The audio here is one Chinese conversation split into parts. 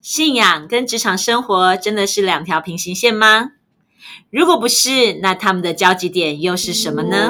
信仰跟职场生活真的是两条平行线吗？如果不是，那他们的交集点又是什么呢？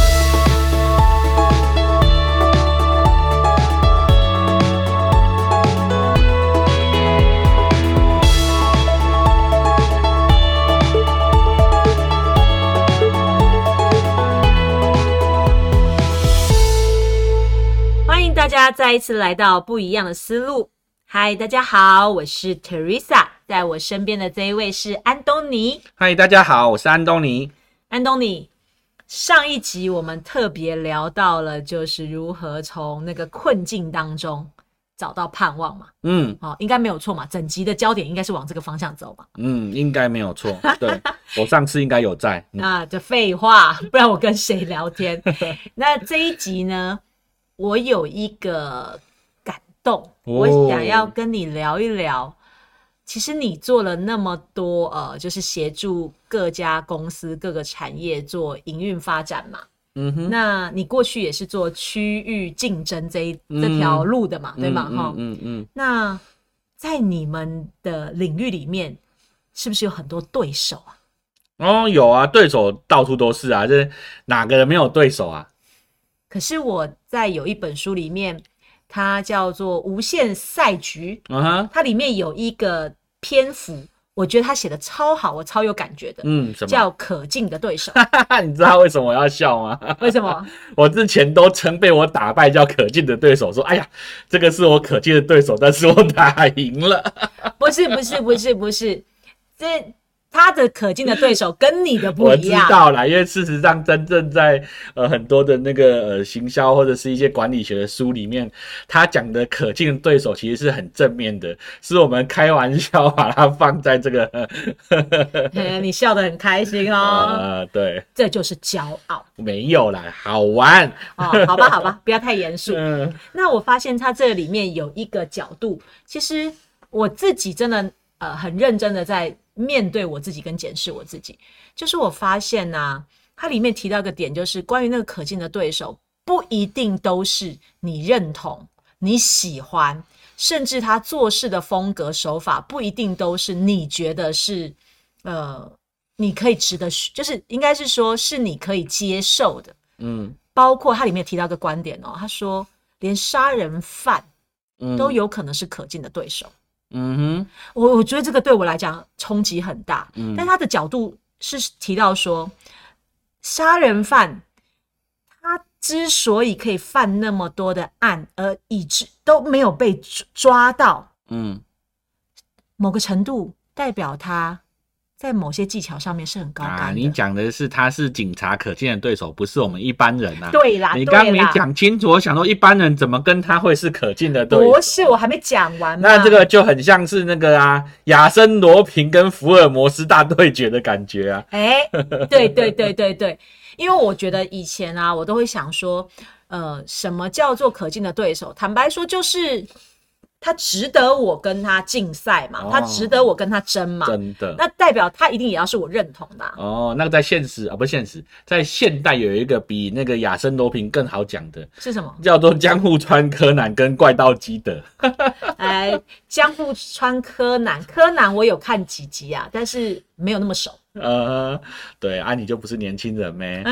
欢迎大家再一次来到不一样的思路。嗨，大家好，我是 Teresa， 在我身边的这一位是安东尼。 嗨，大家好，我是安东尼。 安东尼，上一集我们特别聊到了，就是如何从那个困境当中找到盼望嘛。应该没有错嘛，整集的焦点应该是往这个方向走嘛。 应该没有错。对，我上次应该有在。 那这废话，不然我跟谁聊天？那这一集呢，我有一个感动，我想要跟你聊一聊。其实你做了那么多就是协助各家公司各个产业做营运发展嘛。那你过去也是做区域竞争这条路的嘛，对吗？那在你们的领域里面，是不是有很多对手啊？ 有啊，对手到处都是啊，这哪个人没有对手啊？ 可是我在有一本书里面，它叫做《无限赛局》，它里面有一个篇幅，我觉得他写的超好，我超有感觉的。 什么？ 叫可敬的对手。 你知道为什么我要笑吗？ 为什么？我之前都曾被我打败叫可敬的对手，说哎呀，这个是我可敬的对手，但是我打赢了。 不是，他的可敬的对手跟你的不一样。 我知道啦，因为事实上真正在很多的那个行销或者是一些管理学的书里面，他讲的可敬的对手其实是很正面的，是我们开玩笑把它放在这个你笑得很开心哦。 对， 这就是骄傲。 没有啦，好玩好吧，不要太严肃。那我发现他这里面有一个角度，其实我自己真的很认真的在面对我自己跟检视我自己，就是我发现它里面提到一个点，就是关于那个可敬的对手，不一定都是你认同、你喜欢，甚至他做事的风格手法不一定都是你觉得是你可以值得，就是应该是说是你可以接受的。包括他里面提到一个观点他说连杀人犯都有可能是可敬的对手。我觉得这个对我来讲冲击很大。但他的角度是提到说，杀人犯他之所以可以犯那么多的案，而以致都没有被抓到，某个程度代表他在某些技巧上面是很高干的。 你讲的是他是警察可敬的对手，不是我们一般人啊。 对啦， 你刚没讲清楚，我想说一般人怎么跟他会是可敬的对手？ 不是，我还没讲完嘛。 那这个就很像是那个亚森罗平跟福尔摩斯大对决的感觉啊。 对，因为我觉得以前我都会想说，什么叫做可敬的对手？坦白说，就是他值得我跟他竞赛嘛，他值得我跟他争嘛， 真的。 那代表他一定也要是我认同的。 那个在现实不是现实，在现代有一个比那个亚森罗平更好讲的， 是什么？ 叫做江户川柯南跟怪盗基德。 江户川柯南我有看几集啊，但是没有那么熟。 对你就不是年轻人咩？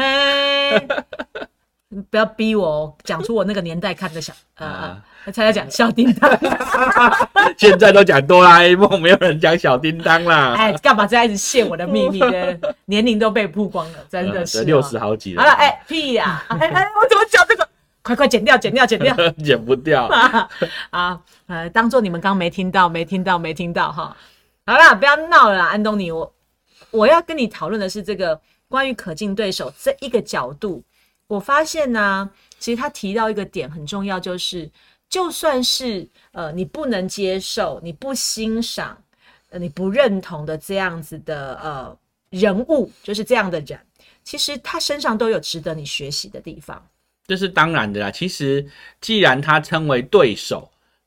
不要逼我讲出我那个年代看的才要讲小叮当。 现在都讲哆啦 A 梦，没有人讲小叮当啦。 干嘛这一直泄我的秘密的年龄都被曝光了，真的是 60好几了。 好了，屁呀！我怎么讲这个？快剪掉，剪不掉当做你们刚没听到哈。好啦，不要闹了啦，安东尼，我要跟你讨论的是这个关于可敬对手这一个角度。我发现其实他提到一个点很重要，就是就算是你不能接受、你不欣赏、你不认同的这样子的人物，就是这样的人，其实他身上都有值得你学习的地方。 这是当然的啦。其实既然他称为对手，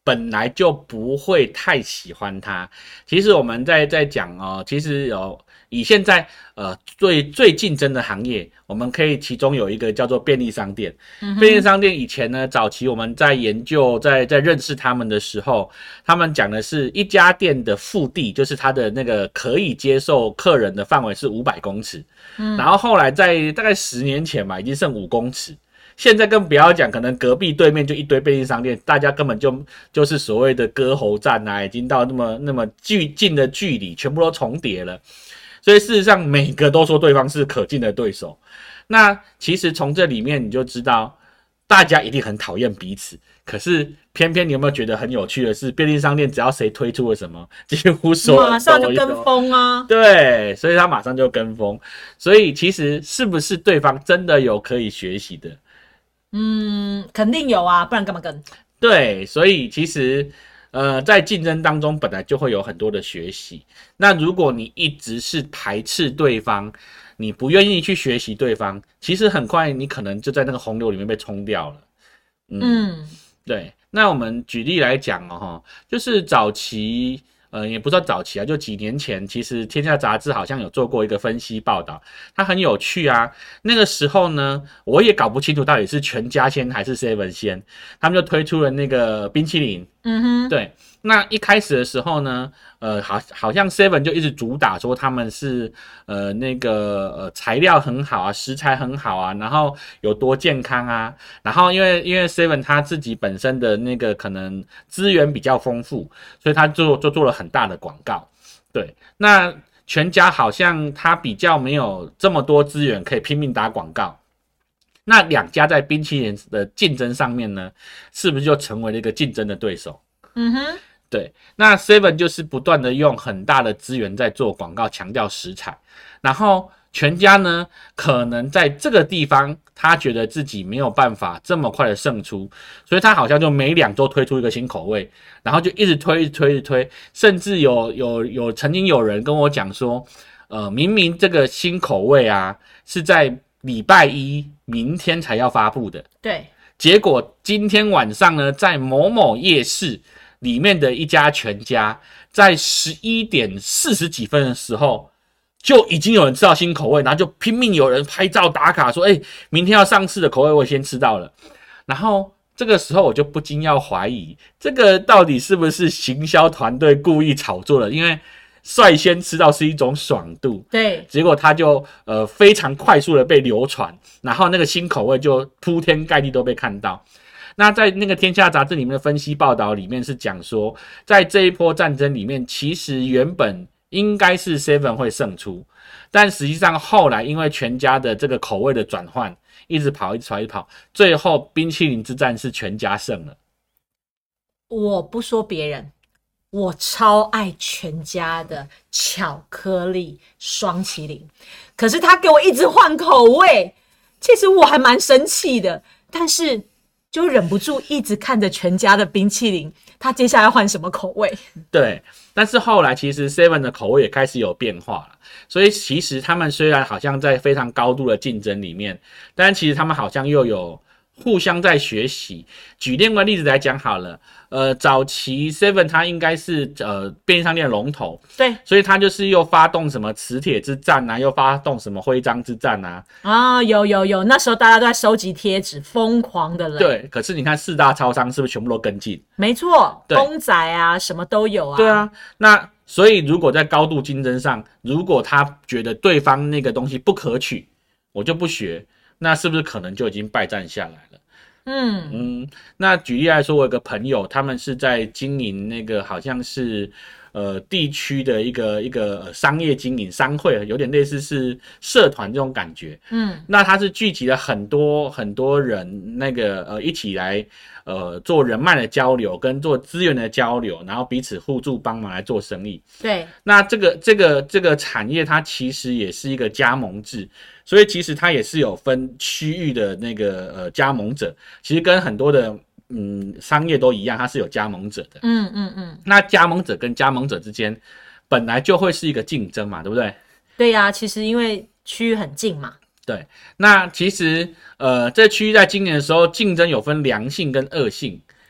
本来就不会太喜欢它。其实我们在讲哦，其实以现在最竞争的行业，我们可以其中有一个叫做便利商店。便利商店以前呢，早期我们在研究在认识他们的时候，他们讲的是一家店的腹地，就是它的那个可以接受客人的范围是500公尺。然后后来在大概10年前吧，已经剩5公尺。现在更不要讲，可能隔壁对面就一堆便利商店，大家根本就是所谓的割喉战啊，已经到那么近的距离，全部都重叠了。所以事实上，每个都说对方是可敬的对手。那其实从这里面你就知道，大家一定很讨厌彼此。可是偏偏你有没有觉得很有趣的是，便利商店只要谁推出了什么，几乎所有人马上就跟风啊。 对，所以他马上就跟风。所以其实是不是对方真的有可以学习的？ 肯定有啊，不然干嘛跟？ 对，所以其实在竞争当中本来就会有很多的学习。那如果你一直是排斥对方，你不愿意去学习对方，其实很快你可能就在那个洪流里面被冲掉了。对。那我们举例来讲哦，就是早期也不知道早期啊，就几年前，其实天下杂志好像有做过一个分析报道，它很有趣啊。那个时候呢，我也搞不清楚到底是全家先还是 Seven 先，他们就推出了那个冰淇淋。对。那一开始的时候呢，好像 Seven 就一直主打说他们是材料很好啊，食材很好啊，然后有多健康啊，然后因为 Seven 他自己本身的那个可能资源比较丰富，所以他就做了很大的广告。对。那全家好像他比较没有这么多资源可以拼命打广告。那两家在冰淇淋的竞争上面呢，是不是就成为了一个竞争的对手？对。那 Seven 就是不断的用很大的资源在做广告，强调食材，然后全家呢，可能在这个地方他觉得自己没有办法这么快的胜出，所以他好像就每2周推出一个新口味，然后就一直推，甚至曾经有人跟我讲说，明明这个新口味啊是在礼拜1明天才要发布的， 对， 结果今天晚上呢，在某某夜市里面的一家全家，在11点40几分的时候，就已经有人吃到新口味，然后就拼命有人拍照打卡说，明天要上市的口味我先吃到了。然后这个时候我就不禁要怀疑，这个到底是不是行销团队故意炒作的？因为率先吃到是一种爽度， 对， 结果它就非常快速的被流传，然后那个新口味就铺天盖地都被看到。那在那个天下杂志里面的分析报道里面是讲说，在这一波战争里面，其实原本应该是 Seven 会胜出，但实际上后来因为全家的这个口味的转换，一直跑，最后冰淇淋之战是全家胜了。 我不说别人，我超爱全家的巧克力双淇淋，可是他给我一直换口味，其实我还蛮生气的，但是就忍不住一直看着全家的冰淇淋，他接下来换什么口味？ 对，但是后来其实 Seven 的口味也开始有变化了，所以其实他们虽然好像在非常高度的竞争里面，但其实他们好像又有互相在学习。举另外例子来讲好了，早期 Seven 它应该是便利商店的龙头， 对， 所以它就是又发动什么磁铁之战啊，又发动什么徽章之战啊。 有，那时候大家都在收集贴纸，疯狂的人。 对，可是你看4大超商是不是全部都跟进？ 没错，公仔啊，什么都有啊。 对啊，那所以如果在高度竞争上，如果他觉得对方那个东西不可取，我就不学，那是不是可能就已经败战下来了？那举例来说，我有个朋友，他们是在经营那个好像是地区的一个商业经营商会，有点类似是社团这种感觉。那他是聚集了很多人，那个一起来做人脉的交流，跟做资源的交流，然后彼此互助帮忙来做生意。 对， 那这个产业它其实也是一个加盟制。所以其实它也是有分区域的那个加盟者，其实跟很多的商业都一样，它是有加盟者的。那加盟者跟加盟者之间本来就会是一个竞争嘛，对不对？ 对呀，其实因为区域很近嘛。 对，那其实这区域在今年的时候竞争有分良性跟恶性。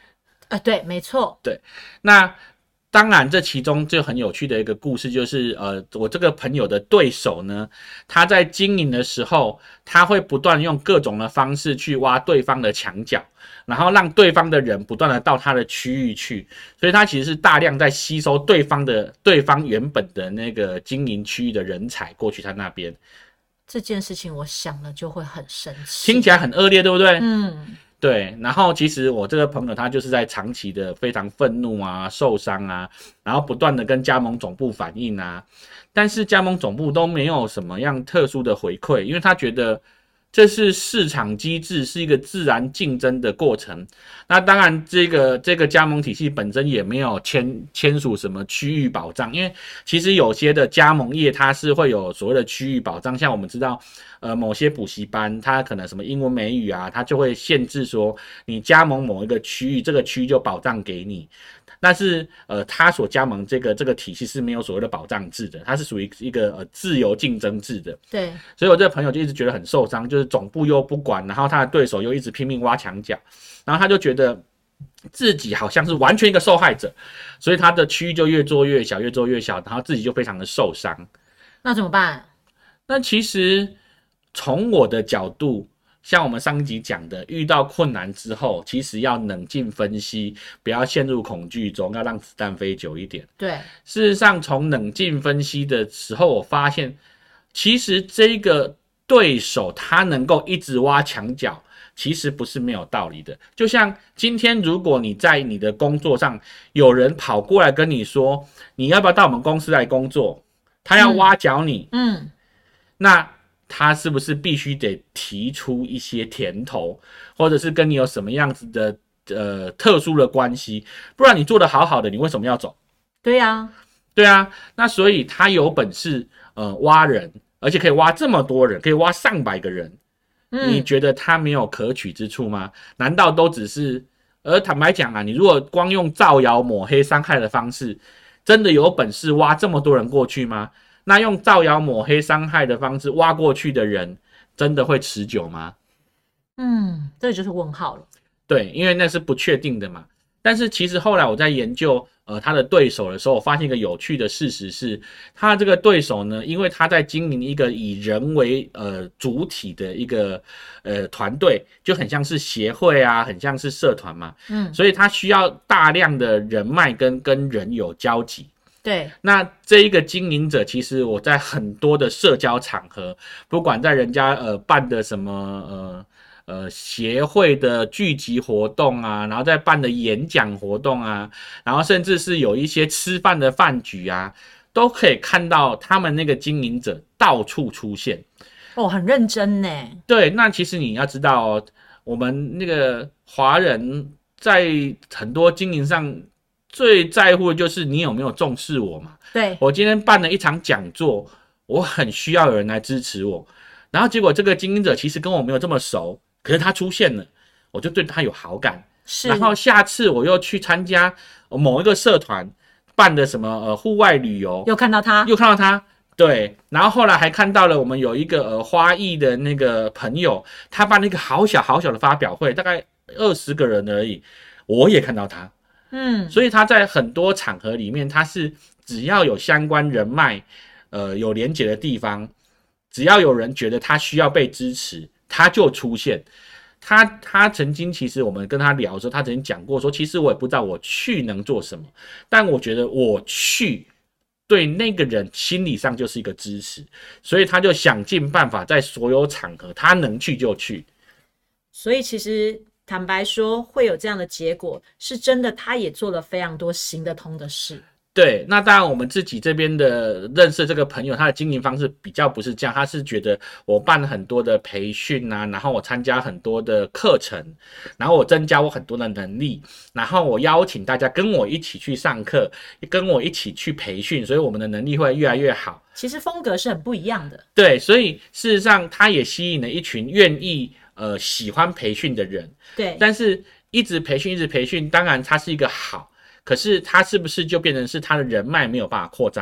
对，没错。 对，那当然这其中就很有趣的一个故事就是我这个朋友的对手呢，他在经营的时候，他会不断用各种的方式去挖对方的墙角，然后让对方的人不断的到他的区域去，所以他其实是大量在吸收对方原本的那个经营区域的人才过去他那边。 这件事情我想了就会很生气， 听起来很恶劣，对不对？ 嗯， 对。然后其实我这个朋友他就是在长期的非常愤怒啊、受伤啊，然后不断的跟加盟总部反映啊，但是加盟总部都没有什么样特殊的回馈，因为他觉得这是市场机制，是一个自然竞争的过程。那当然，这个加盟体系本身也没有签署什么区域保障，因为其实有些的加盟业它是会有所谓的区域保障，像我们知道，某些补习班它可能什么英文美语啊，它就会限制说你加盟某一个区域，这个区域就保障给你。但是他所加盟这个体系是没有所谓的保障制的，它是属于一个自由竞争制的。 对， 所以我这个朋友就一直觉得很受伤，就是总部又不管，然后他的对手又一直拼命挖墙角，然后他就觉得自己好像是完全一个受害者，所以他的区域就越做越小，越做越小，然后自己就非常的受伤。 那怎么办？ 那其实从我的角度，像我们上一集讲的，遇到困难之后，其实要冷静分析，不要陷入恐惧中，要让子弹飞久一点。 对， 事实上，从冷静分析的时候，我发现，其实这个对手他能够一直挖墙角，其实不是没有道理的。就像今天，如果你在你的工作上，有人跑过来跟你说，你要不要到我们公司来工作？他要挖角你，那他是不是必须得提出一些甜头，或者是跟你有什么样子的特殊的关系？不然你做得好好的，你为什么要走？ 对呀， 对啊，那所以他有本事挖人，而且可以挖这么多人，可以挖上百个人，你觉得他没有可取之处吗？难道都只是？而坦白讲啊，你如果光用造谣抹黑伤害的方式，真的有本事挖这么多人过去吗？那用造谣抹黑伤害的方式挖过去的人，真的会持久吗？ 这就是问号了。 对，因为那是不确定的嘛。但是其实后来我在研究他的对手的时候，我发现一个有趣的事实是，他这个对手呢，因为他在经营一个以人为主体的一个团队，就很像是协会啊，很像是社团嘛，所以他需要大量的人脉跟人有交集。 对， 那这一个经营者，其实我在很多的社交场合，不管在人家办的什么协会的聚集活动啊，然后在办的演讲活动啊，然后甚至是有一些吃饭的饭局啊，都可以看到他们那个经营者到处出现。 很认真呢。 对，那其实你要知道哦，我们那个华人在很多经营上最在乎的就是你有没有重视我嘛。 对， 我今天办了一场讲座，我很需要有人来支持我，然后结果这个经营者其实跟我没有这么熟，可是他出现了，我就对他有好感。 是， 然后下次我又去参加某一个社团办的什么户外旅游， 又看到他， 对，然后后来还看到了我们有一个花艺的那个朋友，他办了一个好小好小的发表会，大概20个人而已，我也看到他。所以他在很多场合里面，他是只要有相关人脉，有连结的地方，只要有人觉得他需要被支持，他就出现。他曾经，其实我们跟他聊的时候，他曾经讲过说，其实我也不知道我去能做什么，但我觉得我去对那个人心理上就是一个支持，所以他就想尽办法在所有场合他能去就去。 所以其实坦白说，会有这样的结果，是真的，他也做了非常多行得通的事。 对，那当然我们自己这边的认识这个朋友，他的经营方式比较不是这样，他是觉得我办了很多的培训啊，然后我参加很多的课程，然后我增加我很多的能力，然后我邀请大家跟我一起去上课，跟我一起去培训，所以我们的能力会越来越好。 其实风格是很不一样的。 对，所以事实上他也吸引了一群愿意喜欢培训的人。 对， 但是一直培训，当然它是一个好。可是他是不是就变成是他的人脉没有办法扩张？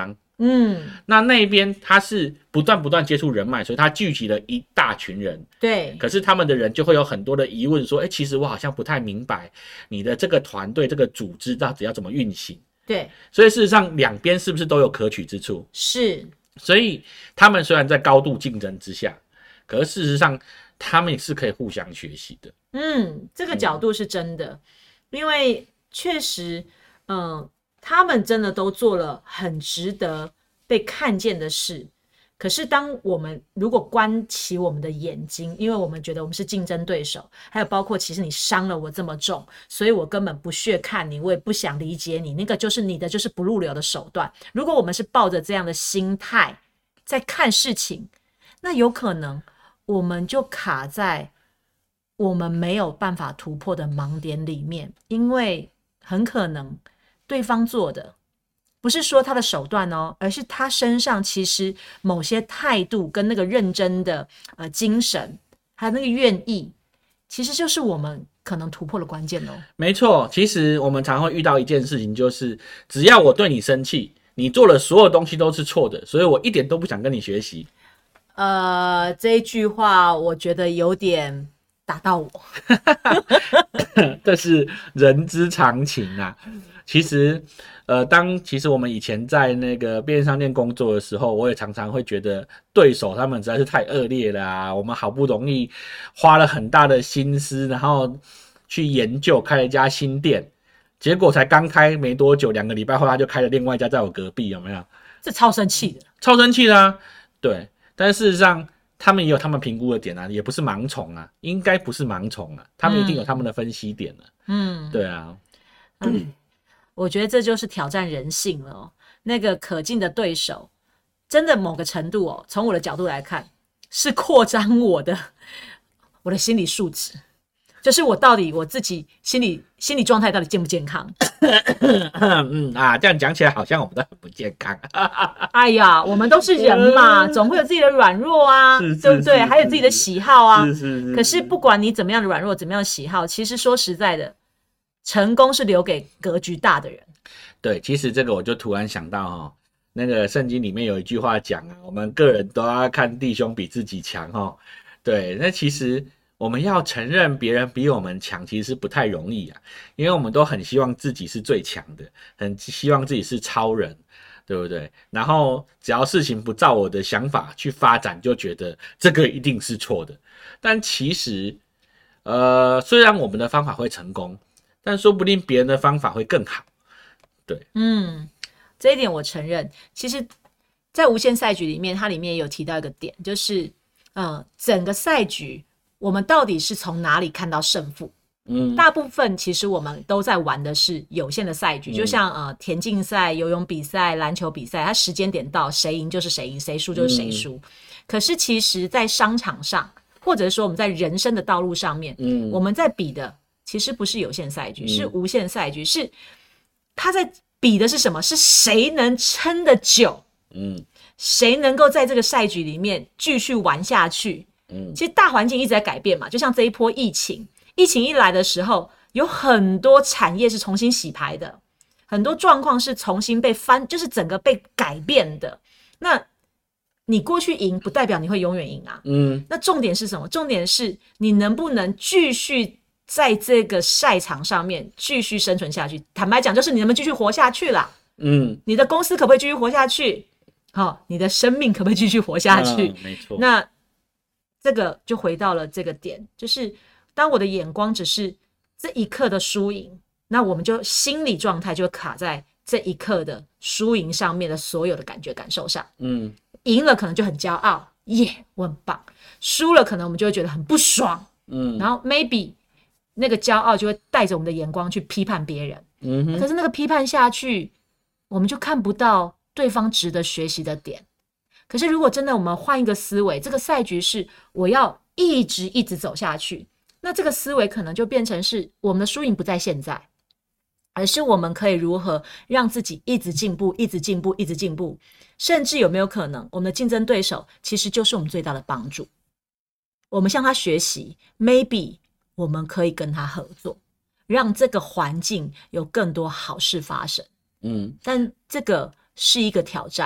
那边他是不断接触人脉，所以他聚集了一大群人。 对， 可是他们的人就会有很多的疑问，说，其实我好像不太明白你的这个团队、这个组织到底要怎么运行。 对， 所以事实上两边是不是都有可取之处？ 是。 所以他们虽然在高度竞争之下，可是事实上他们也是可以互相学习的。 这个角度是真的，因为确实，他们真的都做了很值得被看见的事。可是当我们如果关起我们的眼睛，因为我们觉得我们是竞争对手，还有包括其实你伤了我这么重，所以我根本不屑看你，我也不想理解你，那个就是你的就是不入流的手段。如果我们是抱着这样的心态在看事情，那有可能我们就卡在我们没有办法突破的盲点里面，因为很可能对方做的不是说他的手段哦，而是他身上其实某些态度跟那个认真的精神，还有那个愿意，其实就是我们可能突破的关键哦。 没错，其实我们常会遇到一件事情，就是只要我对你生气，你做的所有东西都是错的，所以我一点都不想跟你学习。 这一句话我觉得有点打到我。 这是人之常情啊。其实其实我们以前在那个便利商店工作的时候，我也常常会觉得对手他们实在是太恶劣了啊。我们好不容易花了很大的心思，然后去研究开了一家新店，结果才刚开没多久，2个礼拜后他就开了另外一家在我隔壁，有没有？ 这超生气的， 超生气的啊！对，但是事实上他们也有他们评估的点啊，也不是盲从啊，应该不是盲从啊，他们一定有他们的分析点啊。对啊。 我觉得这就是挑战人性了哦。那个可敬的对手，真的某个程度哦，从我的角度来看，是扩张我的心理素质，就是我到底我自己心理状态到底健不健康？ 这样讲起来好像我们都很不健康。 哎呀，我们都是人嘛，总会有自己的软弱啊，对不对？还有自己的喜好啊。可是不管你怎么样的软弱，怎么样的喜好，其实说实在的，成功是留给格局大的人。 对，其实这个我就突然想到那个圣经里面有一句话讲啊，我们个人都要看弟兄比自己强对，那其实我们要承认别人比我们强，其实是不太容易啊，因为我们都很希望自己是最强的，很希望自己是超人，对不对？然后只要事情不照我的想法去发展，就觉得这个一定是错的。但其实虽然我们的方法会成功，但说不定别人的方法会更好。对， 这一点我承认。其实在无限赛局里面，它里面也有提到一个点，就是整个赛局我们到底是从哪里看到胜负？大部分其实我们都在玩的是有限的赛局，就像田径赛、游泳比赛、篮球比赛，它时间点到，谁赢就是谁赢，谁输就是谁输。可是其实在商场上，或者说我们在人生的道路上面，我们在比的其实不是有限赛局，是无限赛局，是他在比的是什么？是谁能撑得久？谁能够在这个赛局里面继续玩下去？其实大环境一直在改变嘛，就像这一波疫情一来的时候，有很多产业是重新洗牌的，很多状况是重新被就是整个被改变的。那你过去赢不代表你会永远赢啊。那重点是什么？重点是你能不能继续在这个赛场上面继续生存下去。坦白讲，就是你能不能继续活下去啦。你的公司可不可以继续活下去？你的生命可不可以继续活下去？ 没错。 那这个就回到了这个点，就是当我的眼光只是这一刻的输赢，那我们就心理状态就卡在这一刻的输赢上面的所有的感觉感受上。赢了可能就很骄傲，耶，我很棒；输了可能我们就会觉得很不爽。然后 maybe 那个骄傲就会带着我们的眼光去批判别人。可是那个批判下去，我们就看不到对方值得学习的点。可是如果真的我们换一个思维，这个赛局是我要一直走下去，那这个思维可能就变成是我们的输赢不在现在，而是我们可以如何让自己一直进步，甚至有没有可能我们的竞争对手其实就是我们最大的帮助，我们向他学习， maybe 我们可以跟他合作，让这个环境有更多好事发生。但这个是一个挑战，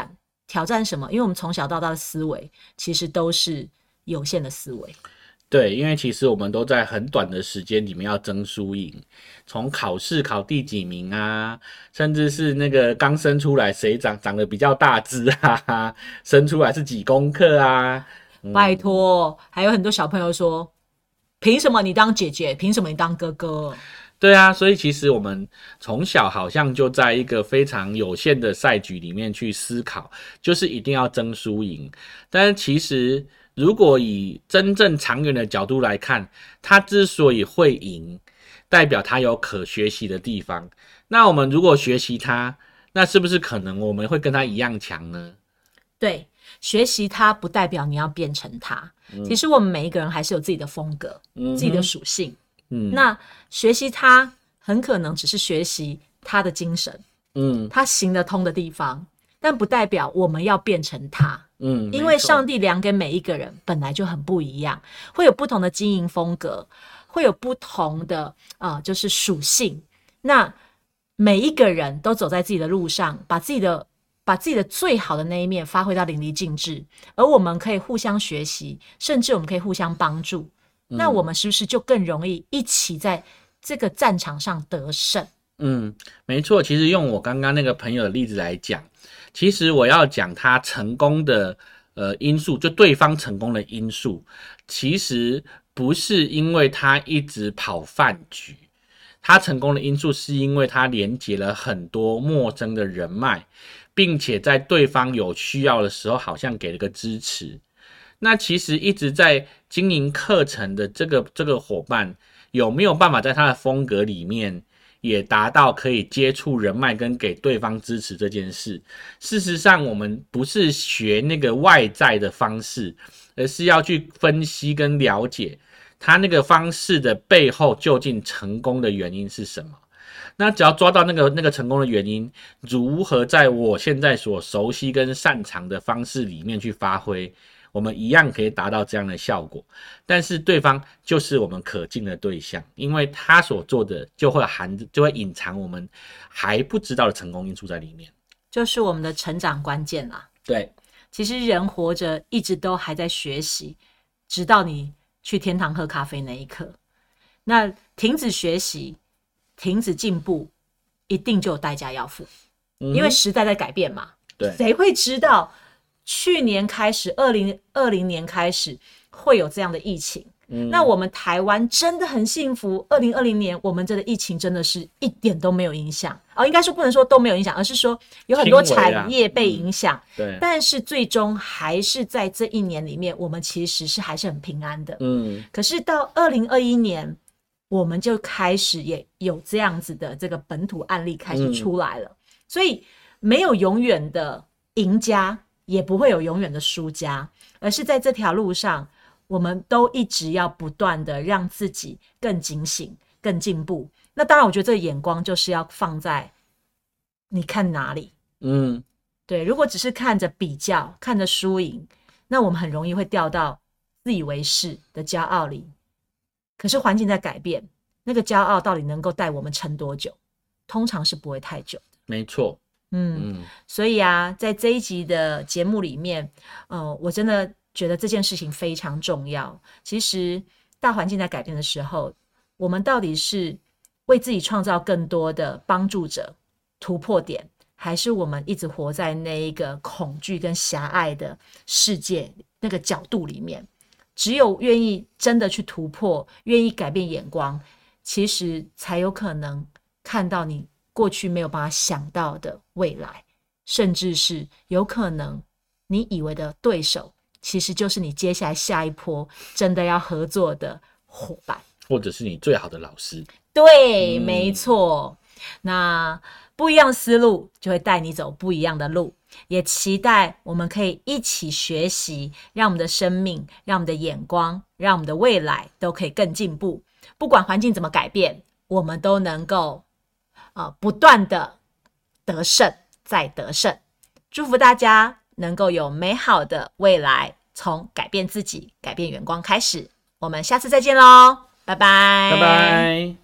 挑战什么？因为我们从小到大的思维其实都是有限的思维。 对，因为其实我们都在很短的时间里面要争输赢，从考试考第几名啊，甚至是那个刚生出来谁长得比较大只啊，生出来是几公克啊。 拜托，还有很多小朋友说，凭什么你当姐姐？凭什么你当哥哥？ 对啊，所以其实我们从小好像就在一个非常有限的赛局里面去思考，就是一定要争输赢。但是其实如果以真正长远的角度来看，他之所以会赢，代表他有可学习的地方。那我们如果学习他，那是不是可能我们会跟他一样强呢？ 对，学习他不代表你要变成他。其实我们每一个人还是有自己的风格，自己的属性。那学习他很可能只是学习他的精神，他行得通的地方，但不代表我们要变成他。因为上帝量给每一个人本来就很不一样，会有不同的经营风格，会有不同的就是属性。那每一个人都走在自己的路上，把自己的最好的那一面发挥到淋漓尽致，而我们可以互相学习，甚至我们可以互相帮助。那我们是不是就更容易一起在这个战场上得胜？ 没错。其实用我刚刚那个朋友的例子来讲，其实我要讲他成功的因素，就对方成功的因素，其实不是因为他一直跑饭局，他成功的因素是因为他连接了很多陌生的人脉，并且在对方有需要的时候好像给了个支持。那其实一直在经营课程的这个伙伴，有没有办法在他的风格里面也达到可以接触人脉跟给对方支持这件事？事实上我们不是学那个外在的方式，而是要去分析跟了解他那个方式的背后究竟成功的原因是什么。那只要抓到那个成功的原因，如何在我现在所熟悉跟擅长的方式里面去发挥，我们一样可以达到这样的效果。但是对方就是我们可敬的对象，因为他所做的就会隐藏我们还不知道的成功因素在里面， 就是我们的成长关键啦。 对， 其实人活着一直都还在学习，直到你去天堂喝咖啡那一刻。那停止学习，停止进步，一定就有代价要付。因为时代在改变嘛。 对， 谁会知道去年开始2020年开始会有这样的疫情？那我们台湾真的很幸福，2020年我们这个疫情真的是一点都没有影响。应该说不能说都没有影响，而是说有很多产业被影响。 对， 但是最终还是在这一年里面，我们其实是还是很平安的。可是到2021年，我们就开始也有这样子的这个本土案例开始出来了。所以没有永远的赢家，也不会有永远的输家，而是在这条路上，我们都一直要不断的让自己更警醒、更进步。那当然，我觉得这个眼光就是要放在你看哪里。对，如果只是看着比较、看着输赢，那我们很容易会掉到自以为是的骄傲里。可是环境在改变，那个骄傲到底能够带我们撑多久？通常是不会太久的。 没错。 所以啊，在这一集的节目里面，我真的觉得这件事情非常重要。其实大环境在改变的时候，我们到底是为自己创造更多的帮助者、突破点，还是我们一直活在那一个恐惧跟狭隘的世界那个角度里面？只有愿意真的去突破，愿意改变眼光，其实才有可能看到你过去没有办法想到的未来，甚至是有可能你以为的对手，其实就是你接下来下一波真的要合作的伙伴， 或者是你最好的老师。 对，没错。那不一样思路就会带你走不一样的路，也期待我们可以一起学习，让我们的生命，让我们的眼光，让我们的未来都可以更进步。不管环境怎么改变，我们都能够不断的得胜再得胜。祝福大家能够有美好的未来，从改变自己、改变眼光开始。我们下次再见咯，拜拜， 拜拜。